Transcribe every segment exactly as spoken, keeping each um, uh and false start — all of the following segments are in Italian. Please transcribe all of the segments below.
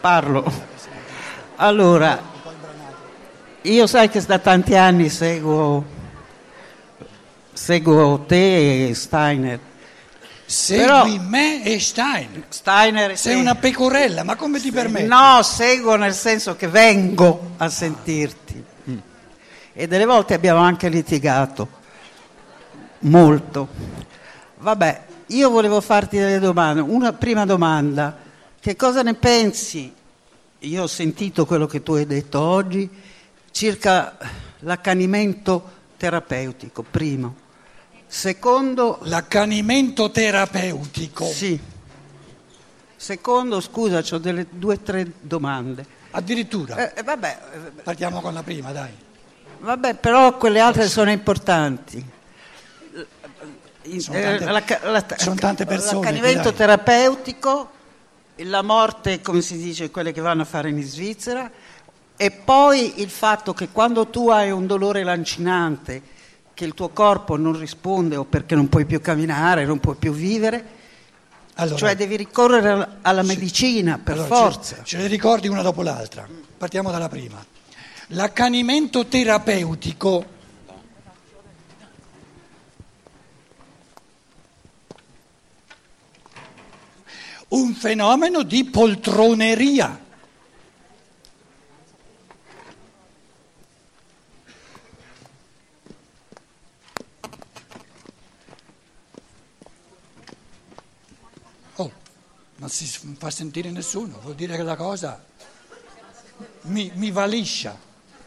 parlo. Allora, io sai che da tanti anni seguo, seguo te e Steiner. Segui Però, me e Steiner. Steiner sei sì. una pecorella, ma come ti sì. permetti? No, seguo nel senso che vengo a sentirti. Mm. E delle volte abbiamo anche litigato. Molto. Vabbè, io volevo farti delle domande. Una prima domanda. Che cosa ne pensi? Io ho sentito quello che tu hai detto oggi circa l'accanimento terapeutico, primo. Secondo... L'accanimento terapeutico. Sì. Secondo, scusa, ho delle due o tre domande. Addirittura? Eh, vabbè. Partiamo con la prima, dai. Vabbè, però quelle altre sono importanti. Sono tante, la, la, sono tante persone. L'accanimento terapeutico, la morte, come si dice, quelle che vanno a fare in Svizzera, e poi il fatto che quando tu hai un dolore lancinante, che il tuo corpo non risponde o perché non puoi più camminare, non puoi più vivere, allora, cioè devi ricorrere alla, alla medicina per allora, forza. Ce, ce le ricordi una dopo l'altra. Partiamo dalla prima. L'accanimento terapeutico. Un fenomeno di poltroneria. Oh, non si fa sentire nessuno, vuol dire che la cosa mi, mi va liscia.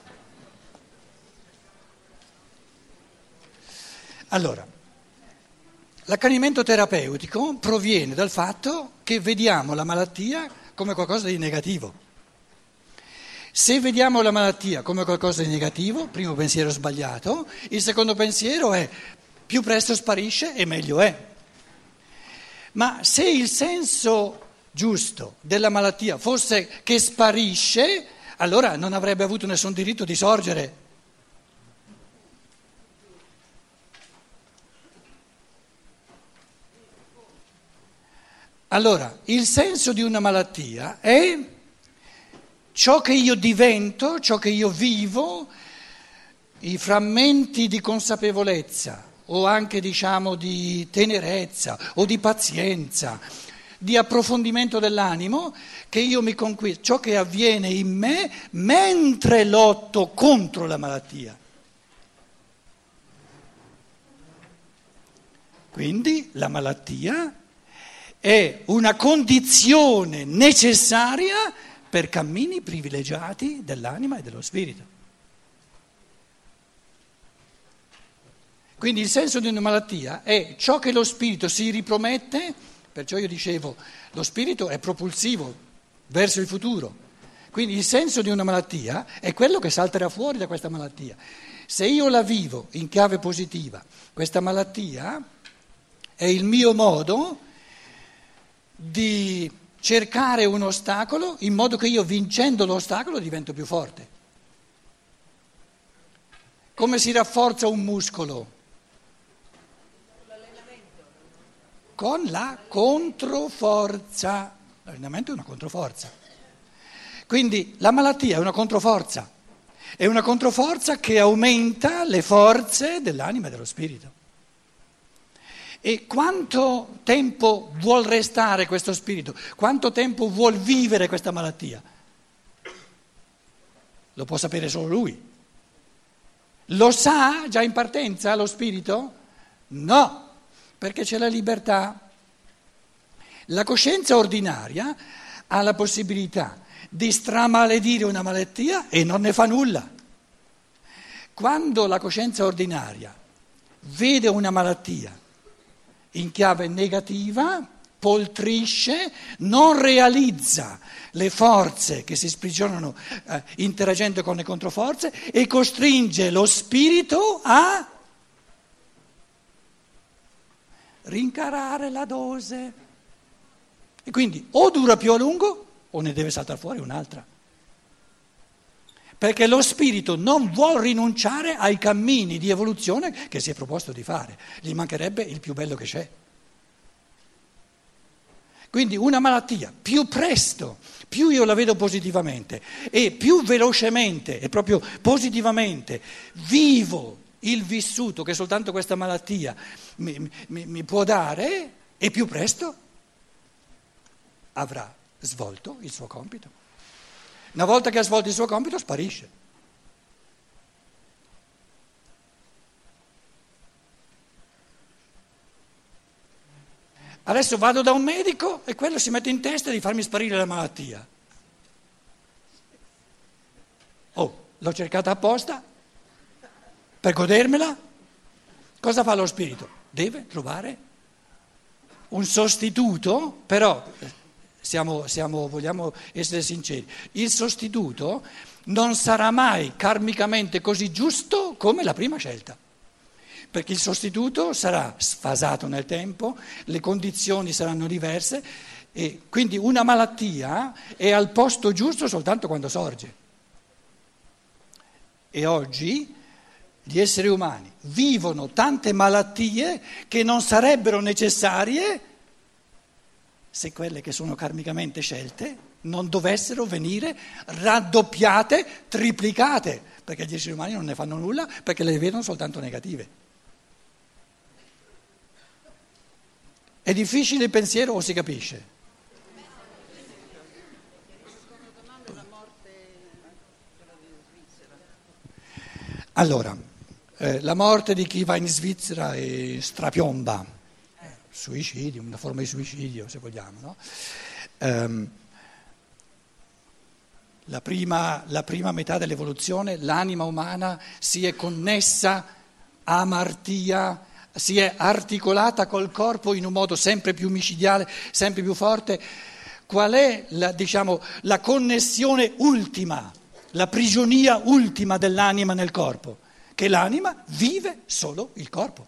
Allora, l'accanimento terapeutico proviene dal fatto che vediamo la malattia come qualcosa di negativo. Se vediamo la malattia come qualcosa di negativo, primo pensiero sbagliato, il secondo pensiero è più presto sparisce e meglio è. Ma se il senso giusto della malattia fosse che sparisce, allora non avrebbe avuto nessun diritto di sorgere. Allora, il senso di una malattia è ciò che io divento, ciò che io vivo, i frammenti di consapevolezza o anche diciamo di tenerezza o di pazienza, di approfondimento dell'animo che io mi conquisto, ciò che avviene in me mentre lotto contro la malattia. Quindi la malattia è una condizione necessaria per cammini privilegiati dell'anima e dello spirito. Quindi il senso di una malattia è ciò che lo spirito si ripromette, perciò io dicevo, lo spirito è propulsivo verso il futuro. Quindi il senso di una malattia è quello che salterà fuori da questa malattia. Se io la vivo in chiave positiva, questa malattia è il mio modo di cercare un ostacolo in modo che io, vincendo l'ostacolo, divento più forte. Come si rafforza un muscolo? Con la controforza. L'allenamento è una controforza. Quindi la malattia è una controforza. È una controforza che aumenta le forze dell'anima e dello spirito. E quanto tempo vuol restare questo spirito? Quanto tempo vuol vivere questa malattia? Lo può sapere solo lui. Lo sa già in partenza lo spirito? No, perché c'è la libertà. La coscienza ordinaria ha la possibilità di stramaledire una malattia e non ne fa nulla. Quando la coscienza ordinaria vede una malattia in chiave negativa, poltrisce, non realizza le forze che si sprigionano eh, interagendo con le controforze e costringe lo spirito a rincarare la dose. E quindi o dura più a lungo o ne deve saltare fuori un'altra. Perché lo spirito non vuol rinunciare ai cammini di evoluzione che si è proposto di fare. Gli mancherebbe il più bello che c'è. Quindi una malattia più presto, più io la vedo positivamente e più velocemente e proprio positivamente vivo il vissuto che soltanto questa malattia mi, mi, mi può dare, e più presto avrà svolto il suo compito. Una volta che ha svolto il suo compito sparisce. Adesso vado da un medico e quello si mette in testa di farmi sparire la malattia. Oh, l'ho cercata apposta per godermela. Cosa fa lo spirito? Deve trovare un sostituto, però siamo, siamo, vogliamo essere sinceri, il sostituto non sarà mai karmicamente così giusto come la prima scelta. Perché il sostituto sarà sfasato nel tempo, le condizioni saranno diverse e quindi una malattia è al posto giusto soltanto quando sorge. E oggi gli esseri umani vivono tante malattie che non sarebbero necessarie se quelle che sono karmicamente scelte non dovessero venire raddoppiate, triplicate, perché gli esseri umani non ne fanno nulla perché le vedono soltanto negative. È difficile il pensiero o si capisce? Allora, eh, la morte di chi va in Svizzera è strapiomba, suicidio, una forma di suicidio se vogliamo, no? Um, la, prima, la prima metà dell'evoluzione, l'anima umana si è connessa a amartia, si è articolata col corpo in un modo sempre più micidiale, sempre più forte. Qual è la, diciamo, la connessione ultima, la prigionia ultima dell'anima nel corpo? Che l'anima vive solo il corpo.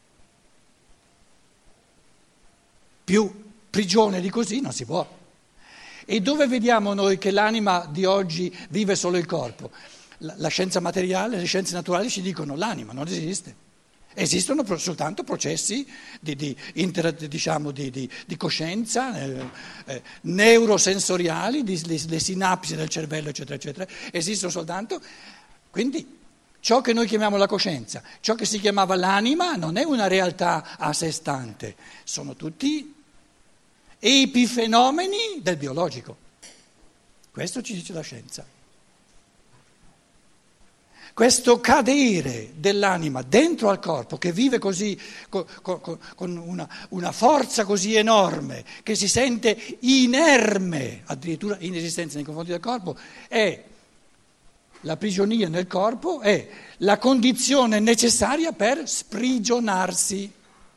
Più prigione di così non si può. E dove vediamo noi che l'anima di oggi vive solo il corpo? La, la scienza materiale, le scienze naturali ci dicono l'anima non esiste. Esistono soltanto processi di, di, inter, diciamo, di, di, di coscienza, eh, eh, neurosensoriali, di, di, le sinapsi del cervello, eccetera, eccetera. Esistono soltanto, quindi ciò che noi chiamiamo la coscienza, ciò che si chiamava l'anima non è una realtà a sé stante, sono tutti epifenomeni del biologico. Questo ci dice la scienza. Questo cadere dell'anima dentro al corpo che vive così, con, con, con una, una forza così enorme, che si sente inerme, addirittura inesistenza nei confronti del corpo, è la prigionia nel corpo, è la condizione necessaria per sprigionarsi.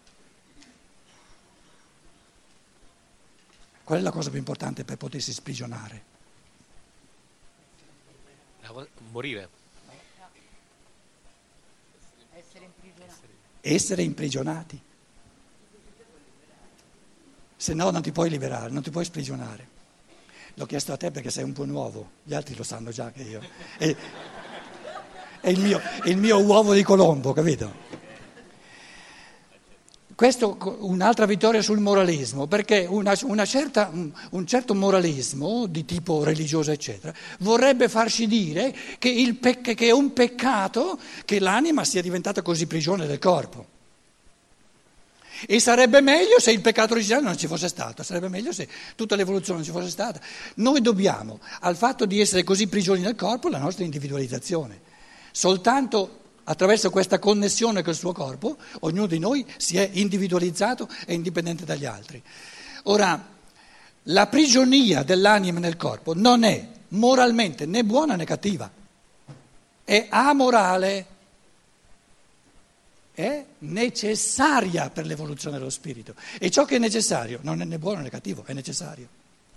Qual è la cosa più importante per potersi sprigionare? Morire. Essere imprigionati, se no non ti puoi liberare, non ti puoi sprigionare. L'ho chiesto a te perché sei un po' nuovo, gli altri lo sanno già che io. È, è, il, mio, è il mio uovo di Colombo, capito? Questo un'altra vittoria sul moralismo, perché una, una certa, un, un certo moralismo di tipo religioso, eccetera, vorrebbe farci dire che, il pec- che è un peccato che l'anima sia diventata così prigione del corpo. E sarebbe meglio se il peccato originale non ci fosse stato, sarebbe meglio se tutta l'evoluzione non ci fosse stata. Noi dobbiamo al fatto di essere così prigioni del corpo la nostra individualizzazione. Soltanto attraverso questa connessione col suo corpo, ognuno di noi si è individualizzato e indipendente dagli altri. Ora, la prigionia dell'anima nel corpo non è moralmente né buona né cattiva, è amorale, è necessaria per l'evoluzione dello spirito. E ciò che è necessario non è né buono né cattivo, è necessario.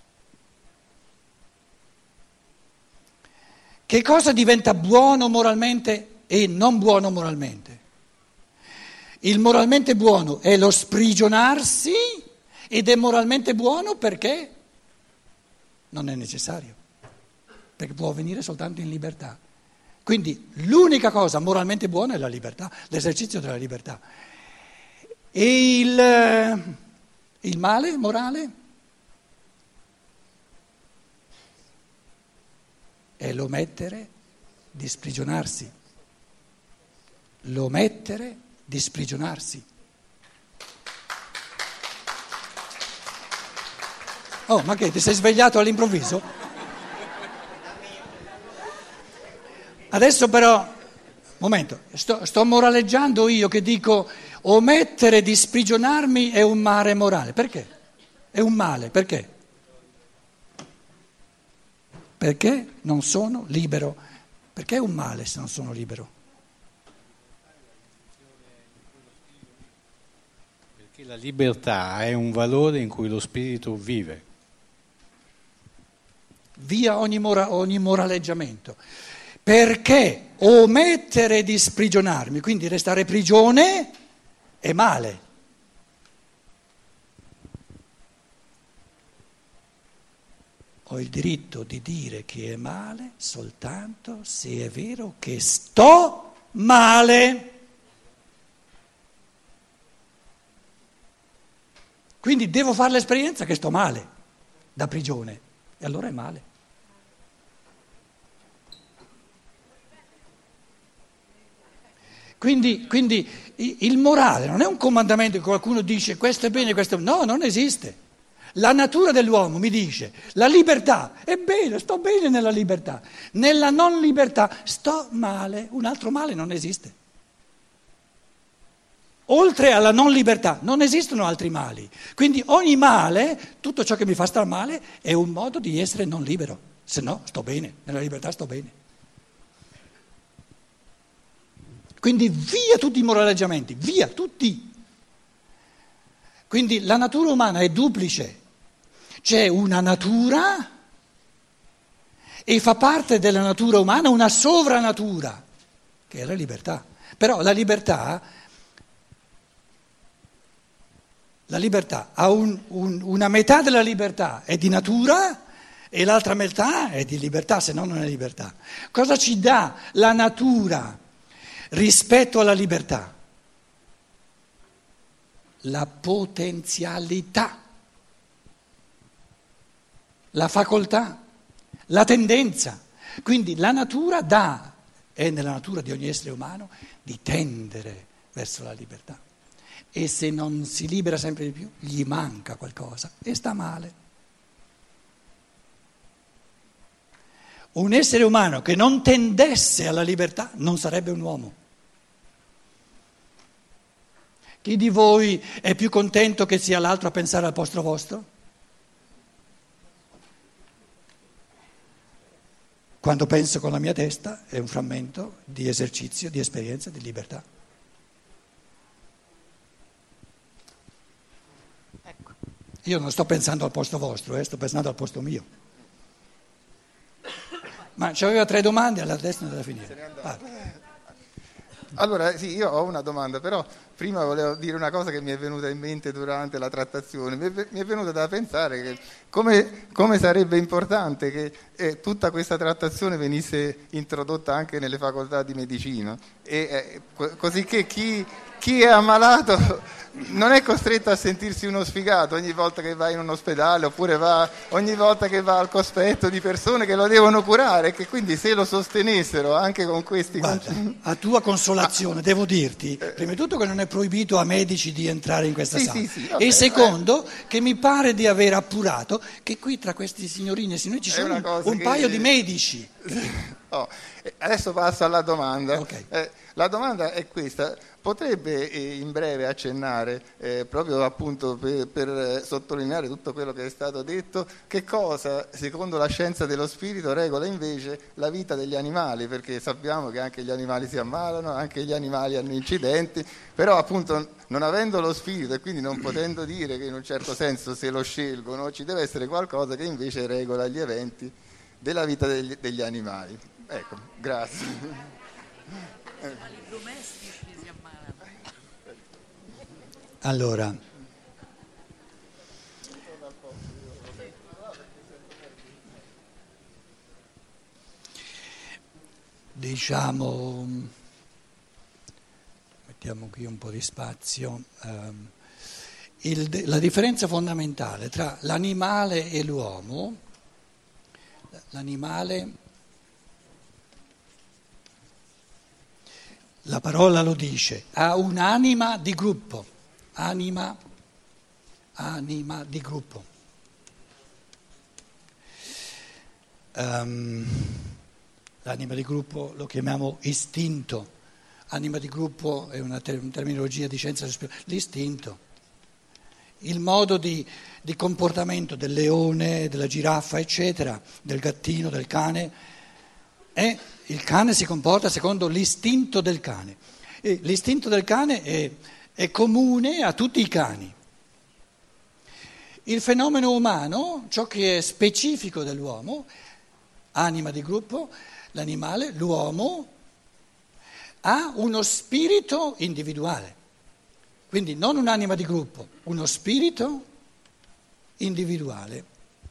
Che cosa diventa buono moralmente e non buono moralmente? Il moralmente buono è lo sprigionarsi ed è moralmente buono perché non è necessario, perché può avvenire soltanto in libertà. Quindi l'unica cosa moralmente buona è la libertà, l'esercizio della libertà. E il, il male morale è l'omettere di sprigionarsi. L'omettere di sprigionarsi. Oh, ma che, ti sei svegliato all'improvviso? Adesso però, momento, sto, sto moraleggiando io che dico omettere di sprigionarmi è un male morale. Perché? È un male, perché? Perché non sono libero. Perché è un male se non sono libero? Perché la libertà è un valore in cui lo spirito vive. Via ogni, mora, ogni moraleggiamento. Perché omettere di sprigionarmi, quindi restare prigione, è male. Ho il diritto di dire che è male soltanto se è vero che sto male. Quindi devo fare l'esperienza che sto male, da prigione, e allora è male. Quindi, quindi il morale non è un comandamento che qualcuno dice questo è bene, questo è... No, non esiste. La natura dell'uomo mi dice la libertà è bene, sto bene nella libertà. Nella non libertà sto male, un altro male non esiste. Oltre alla non libertà non esistono altri mali. Quindi ogni male, tutto ciò che mi fa star male, è un modo di essere non libero. Se no sto bene, nella libertà sto bene. Quindi via tutti i moraleggiamenti, via tutti. Quindi la natura umana è duplice. C'è una natura e fa parte della natura umana una sovranatura, che è la libertà. Però la libertà, la libertà ha un, un, una metà della libertà è di natura e l'altra metà è di libertà, se no non è libertà. Cosa ci dà la natura rispetto alla libertà? La potenzialità, la facoltà, la tendenza. Quindi la natura dà, è nella natura di ogni essere umano, di tendere verso la libertà. E se non si libera sempre di più, gli manca qualcosa e sta male. Un essere umano che non tendesse alla libertà non sarebbe un uomo. Chi di voi è più contento che sia l'altro a pensare al posto vostro? Quando penso con la mia testa è un frammento di esercizio, di esperienza, di libertà. Ecco. Io non sto pensando al posto vostro, eh, sto pensando al posto mio. Ma c'aveva tre domande, alla destra non deve finire. Ah. Allora, sì, io ho una domanda, però prima volevo dire una cosa che mi è venuta in mente durante la trattazione. Mi è, mi è venuta da pensare che come, come sarebbe importante che eh, tutta questa trattazione venisse introdotta anche nelle facoltà di medicina, e eh, così che chi, chi è ammalato non è costretto a sentirsi uno sfigato ogni volta che va in un ospedale, oppure va ogni volta che va al cospetto di persone che lo devono curare, e che quindi se lo sostenessero anche con questi... Guarda, a tua consolazione ah, devo dirti, eh, prima di tutto che non è proibito a medici di entrare in questa sì, sala, sì, sì, vabbè, e secondo eh. che mi pare di aver appurato che qui tra questi signorini e signori ci sono un, un che... paio di medici. Oh, adesso passo alla domanda. Okay. Eh, la domanda è questa: potrebbe eh, in breve accennare, eh, proprio appunto per, per sottolineare tutto quello che è stato detto, che cosa secondo la scienza dello spirito regola invece la vita degli animali? Perché sappiamo che anche gli animali si ammalano, anche gli animali hanno incidenti, però appunto non avendo lo spirito e quindi non potendo dire che in un certo senso se lo scelgono, ci deve essere qualcosa che invece regola gli eventi della vita degli, degli animali. Ecco, grazie. Allora, diciamo, mettiamo qui un po' di spazio, um, il, la differenza fondamentale tra l'animale e l'uomo, l'animale la parola lo dice, ha un'anima di gruppo, anima, anima di gruppo. Um, l'anima di gruppo lo chiamiamo istinto, anima di gruppo è una ter- terminologia di scienza, l'istinto, il modo di, di comportamento del leone, della giraffa, eccetera, del gattino, del cane, è, il cane si comporta secondo l'istinto del cane, e l'istinto del cane è, è comune a tutti i cani. Il fenomeno umano, ciò che è specifico dell'uomo, anima di gruppo, l'animale, l'uomo, ha uno spirito individuale, quindi non un'anima di gruppo, uno spirito individuale.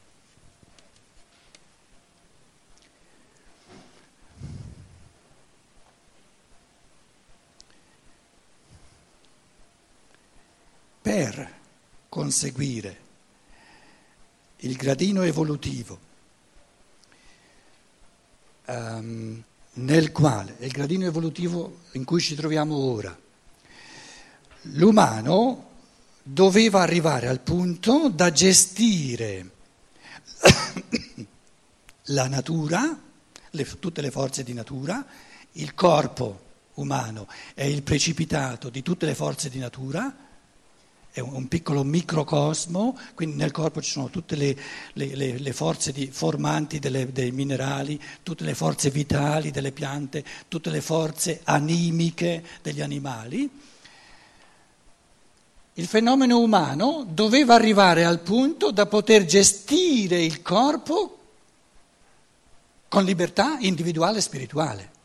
Per conseguire il gradino evolutivo um, nel quale, il gradino evolutivo in cui ci troviamo ora, l'umano doveva arrivare al punto da gestire la natura, le, tutte le forze di natura, il corpo umano è il precipitato di tutte le forze di natura, è un, un piccolo microcosmo, quindi nel corpo ci sono tutte le, le, le, le forze di, formanti delle, dei minerali, tutte le forze vitali delle piante, tutte le forze animiche degli animali. Il fenomeno umano doveva arrivare al punto da poter gestire il corpo con libertà individuale e spirituale.